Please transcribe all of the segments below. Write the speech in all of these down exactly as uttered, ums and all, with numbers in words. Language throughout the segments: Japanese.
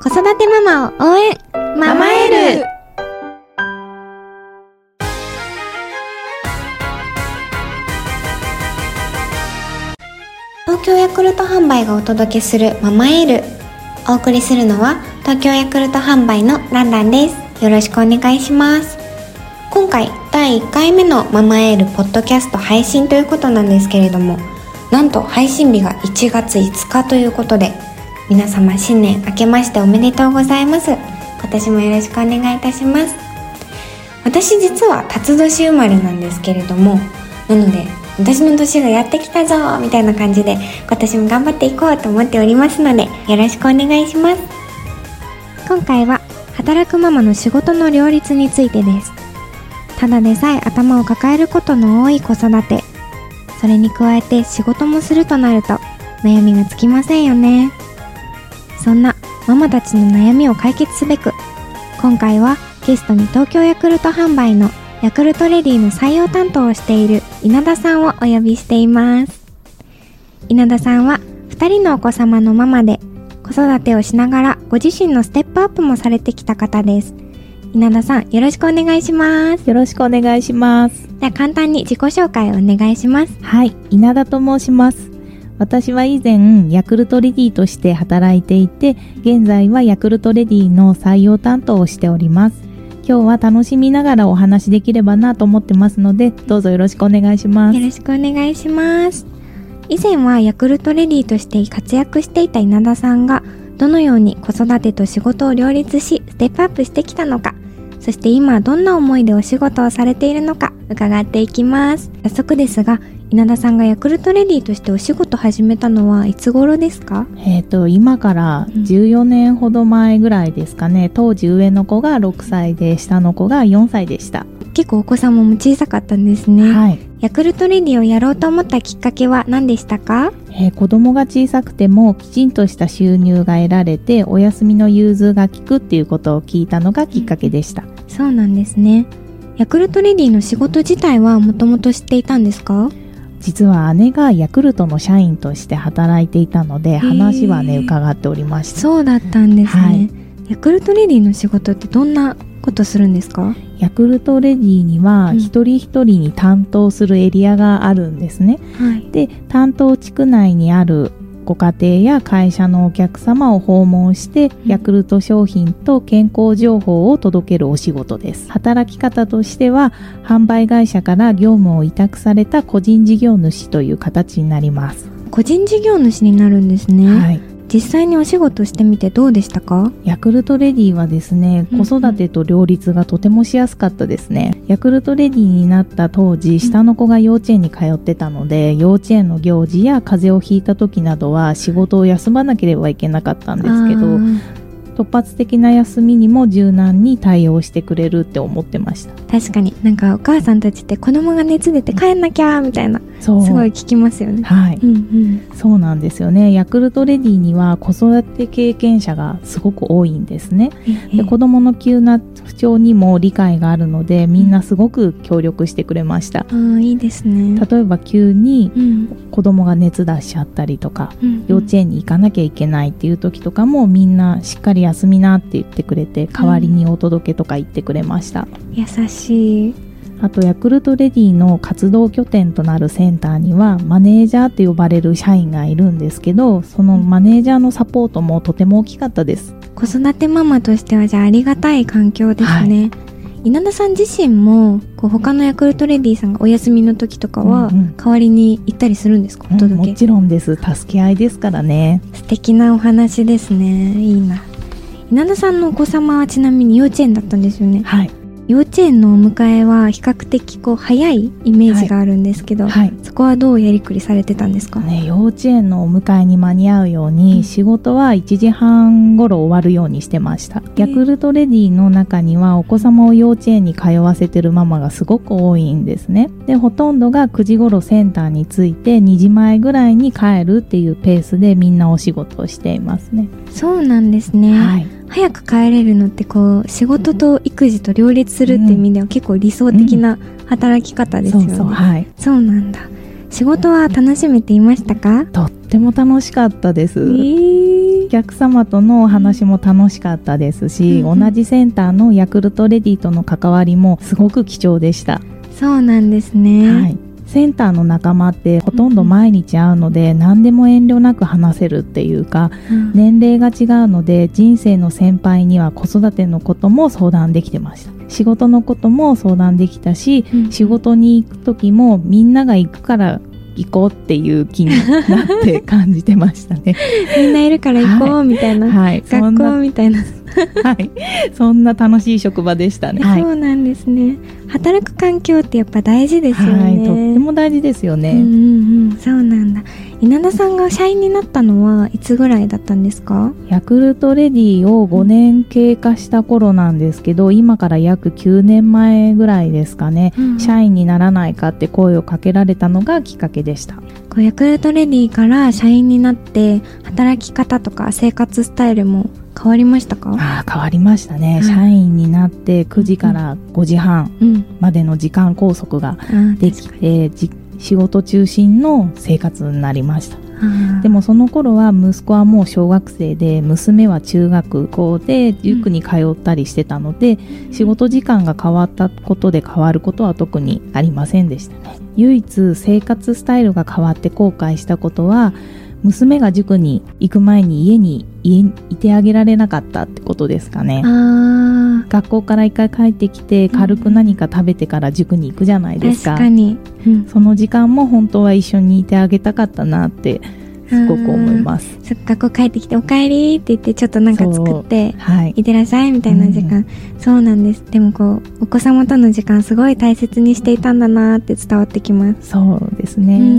子育てママを応援、ママエル。東京ヤクルト販売がお届けするママエル。お送りするのは東京ヤクルト販売のランランです。よろしくお願いします。今回だいいっかいめのママエルポッドキャスト配信ということなんですけれども、なんと配信日がいちがついつかということで、皆様新年明けましておめでとうございます。今年もよろしくお願いいたします。私実は辰年生まれなんですけれども、なので私の年がやってきたぞみたいな感じで今年も頑張っていこうと思っておりますので、よろしくお願いします。今回は働くママの仕事の両立についてです。ただでさえ頭を抱えることの多い子育て、それに加えて仕事もするとなると悩みがつきませんよね。そんなママたちの悩みを解決すべく、今回はゲストに東京ヤクルト販売のヤクルトレディの採用担当をしている稲田さんをお呼びしています。稲田さんはふたりのお子様のママで、子育てをしながらご自身のステップアップもされてきた方です。稲田さん、よろしくお願いします。 よろしくお願いします。 では簡単に自己紹介をお願いします。 はい、稲田と申します。私は以前ヤクルトレディとして働いていて、現在はヤクルトレディの採用担当をしております。今日は楽しみながらお話できればなと思ってますので、どうぞよろしくお願いします。 よろしくお願いします。以前はヤクルトレディとして活躍していた稲田さんが、どのように子育てと仕事を両立しステップアップしてきたのか、そして今どんな思いでお仕事をされているのか伺っていきます。早速ですが、稲田さんがヤクルトレディとしてお仕事始めたのはいつ頃ですか？ えーと、今からじゅうよねんほど前ぐらいですかね。当時上の子がろくさいで、下の子がよんさいでした。 結構お子様も小さかったんですね。 はい。 ヤクルトレディをやろうと思ったきっかけは何でしたか？ えー、子供が小さくてもきちんとした収入が得られて、お休みの融通が利くっていうことを聞いたのがきっかけでした。 うん、そうなんですね。ヤクルトレディの仕事自体はもともと知っていたんですか？ 実は姉がヤクルトの社員として働いていたので、話はね伺っておりました。 そうだったんですね。はい、ヤクルトレディの仕事ってどんなことするんですか？ ヤクルトレディには一人一人に担当するエリアがあるんですね。うん、はい、で担当地区内にあるご家庭や会社のお客様を訪問して、ヤクルト商品と健康情報を届けるお仕事です。働き方としては、販売会社から業務を委託された個人事業主という形になります。 個人事業主になるんですね。はい。実際にお仕事してみてどうでしたか？ ヤクルトレディはですね、子育てと両立がとてもしやすかったですね。うんうん、ヤクルトレディになった当時、下の子が幼稚園に通ってたので、幼稚園の行事や風邪をひいた時などは仕事を休まなければいけなかったんですけど、突発的な休みにも柔軟に対応してくれるって思ってました。 確かに、なんかお母さんたちって子供が熱出て帰んなきゃみたいな、そうすごい聞きますよね。 はい、うんうん、そうなんですよね。ヤクルトレディには子育て経験者がすごく多いんですね。で、子供の急な不調にも理解があるので、みんなすごく協力してくれました。 うん、あ、いいですね。 例えば急に子供が熱出しちゃったりとか、うんうん、幼稚園に行かなきゃいけないっていう時とかも、みんなしっかり休みなって言ってくれて、代わりにお届けとか言ってくれました。 うん、優しい。 あとヤクルトレディの活動拠点となるセンターにはマネージャーと呼ばれる社員がいるんですけど、そのマネージャーのサポートもとても大きかったです。 子育てママとしてはじゃあありがたい環境ですね。はい、稲田さん自身もこう他のヤクルトレディさんがお休みの時とかは代わりに行ったりするんですか？ うんうん、お届け。もちろんです。助け合いですからね。 素敵なお話ですね。いいな。稲田さんのお子様はちなみに幼稚園だったんですよね。はい。幼稚園のお迎えは比較的こう早いイメージがあるんですけど、はいはい、そこはどうやりくりされてたんですか？ ね、幼稚園のお迎えに間に合うように、うん、仕事はいちじはん頃終わるようにしてました。ヤクルトレディの中にはお子様を幼稚園に通わせてるママがすごく多いんですね。で、ほとんどがくじ頃センターに着いてにじまえぐらいに帰るっていうペースでみんなお仕事をしていますね。 そうなんですね。はい、早く帰れるのってこう仕事と育児と両立するっていう意味では結構理想的な働き方ですよね。うんうん、そうそう、はい、そうなんだ。仕事は楽しめていましたか？ とっても楽しかったです。えー、 客様とのお話も楽しかったですし、うん、同じセンターのヤクルトレディとの関わりもすごく貴重でした。 そうなんですね、 はい、センターの仲間ってほとんど毎日会うので、うん、何でも遠慮なく話せるっていうか、うん、年齢が違うので人生の先輩には子育てのことも相談できてました。仕事のことも相談できたし、うん、仕事に行く時もみんなが行くから行こうっていう気になって感じてましたねみんないるから行こう、はい、みたいな、はい、学校みたいなはい、そんな楽しい職場でしたね。 そうなんですね。働く環境ってやっぱ大事ですよね。 はい、とっても大事ですよね。 うんうんうん、そうなんだ。稲田さんが社員になったのはいつぐらいだったんですか？ ヤクルトレディをごねん経過した頃なんですけど、今から約きゅうねんまえぐらいですかね、うん、社員にならないかって声をかけられたのがきっかけでした。 こうヤクルトレディから社員になって働き方とか生活スタイルも変わりましたか？ ああ、変わりましたね、うん、社員になってくじからごじはんまでの時間拘束ができて、うん、仕事中心の生活になりました。でもその頃は息子はもう小学生で、娘は中学校で塾に通ったりしてたので、うん、仕事時間が変わったことで変わることは特にありませんでしたね。唯一生活スタイルが変わって後悔したことは、娘が塾に行く前に家に家にいてあげられなかったってことですかね。あ、学校から一回帰ってきて軽く何か食べてから塾に行くじゃないですか。 確かに、うん、 その時間も本当は一緒にいてあげたかったなってすごく思います。 そっか、学校帰ってきてお帰りって言ってちょっとなんか作って、はい、いってらっしゃいみたいな時間、うん、そうなんです。でもこうお子様との時間すごい大切にしていたんだなって伝わってきます。 そうですね、うん、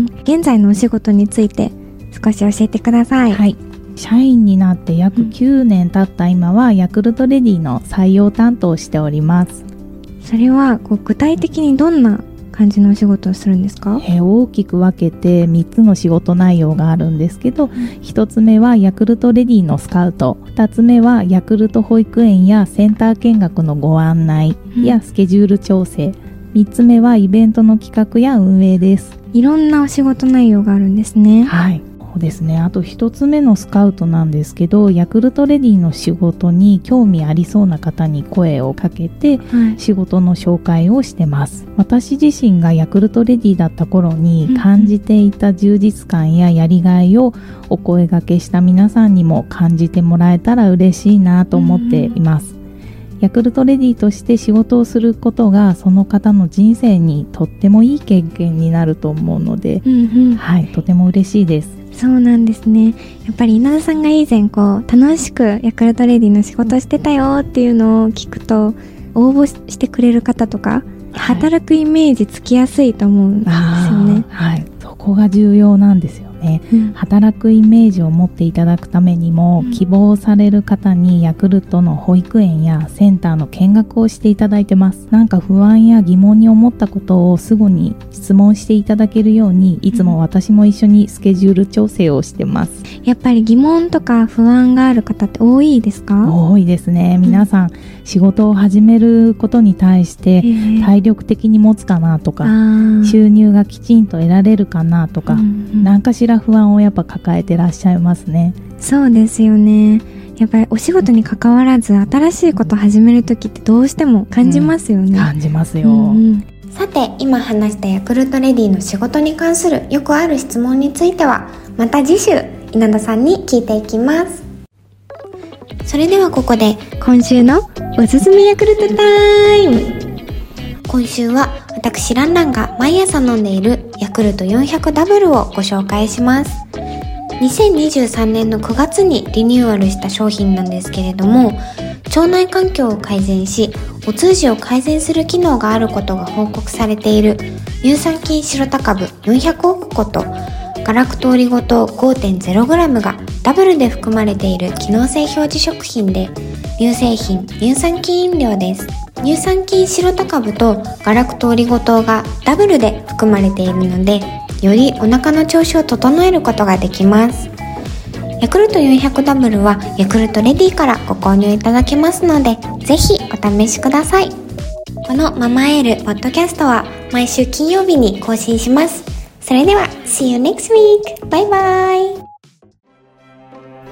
現在のお仕事について少し教えてください。 はい、社員になって約きゅうねん経った今は、うん、ヤクルトレディの採用担当をしております。 それはこう具体的にどんな感じのお仕事をするんですか？ えー、大きく分けてみっつの仕事内容があるんですけど、うん、ひとつめはヤクルトレディのスカウト、ふたつめはヤクルト保育園やセンター見学のご案内やスケジュール調整、うん、みっつめはイベントの企画や運営です。 いろんなお仕事内容があるんですね。 はい、そうですね。あと一つ目のスカウトなんですけど、ヤクルトレディの仕事に興味ありそうな方に声をかけて、はい、仕事の紹介をしてます。私自身がヤクルトレディだった頃に感じていた充実感ややりがいをお声掛けした皆さんにも感じてもらえたら嬉しいなと思っています。うん、ヤクルトレディとして仕事をすることがその方の人生にとってもいい経験になると思うので、うんうん、はい、とても嬉しいです。 そうなんですね。やっぱり稲田さんが以前こう楽しくヤクルトレディの仕事してたよっていうのを聞くと、応募してくれる方とか、はい、働くイメージつきやすいと思うんですよね。 はい、そこが重要なんですよね。うん、働くイメージを持っていただくためにも、うん、希望される方にヤクルトの保育園やセンターの見学をしていただいてます。なんか不安や疑問に思ったことをすぐに質問していただけるように、いつも私も一緒にスケジュール調整をしてます。 やっぱり疑問とか不安がある方って多いですか？ 多いですね。皆さん、うん、仕事を始めることに対して体力的に持つかなとか、収入がきちんと得られるかなとか、うんうん、何かしら不安をやっぱ抱えてらっしゃいますね。 そうですよね。やっぱりお仕事に関わらず新しいことを始めるときってどうしても感じますよね。うん、 感じますよ。 うんうん、さて、今話したヤクルトレディの仕事に関するよくある質問についてはまた次週稲田さんに聞いていきます。それではここで今週のおすすめヤクルトタイム。今週は私ランランが毎朝飲んでいるヤクルトよんひゃくダブルをご紹介します。にせんにじゅうさんねんのくがつにリニューアルした商品なんですけれども、腸内環境を改善しお通じを改善する機能があることが報告されている乳酸菌白タ株よんひゃくおく個とガラクトオリゴ糖 ごてんゼログラム がダブルで含まれている機能性表示食品で、乳製品乳酸菌飲料です。乳酸菌白タ株とガラクトオリゴ糖がダブルで含まれているので、よりお腹の調子を整えることができます。ヤクルトよんひゃくダブルはヤクルトレディからご購入いただけますので、ぜひお試しください。このママエールポッドキャストは毎週金曜日に更新します。それでは See you next week! バイバイ。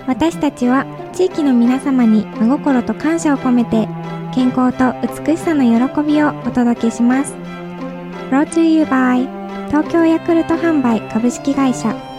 私たちは地域の皆様に真心と感謝を込めて健康と美しさの喜びをお届けします。Brought to you by 東京ヤクルト販売株式会社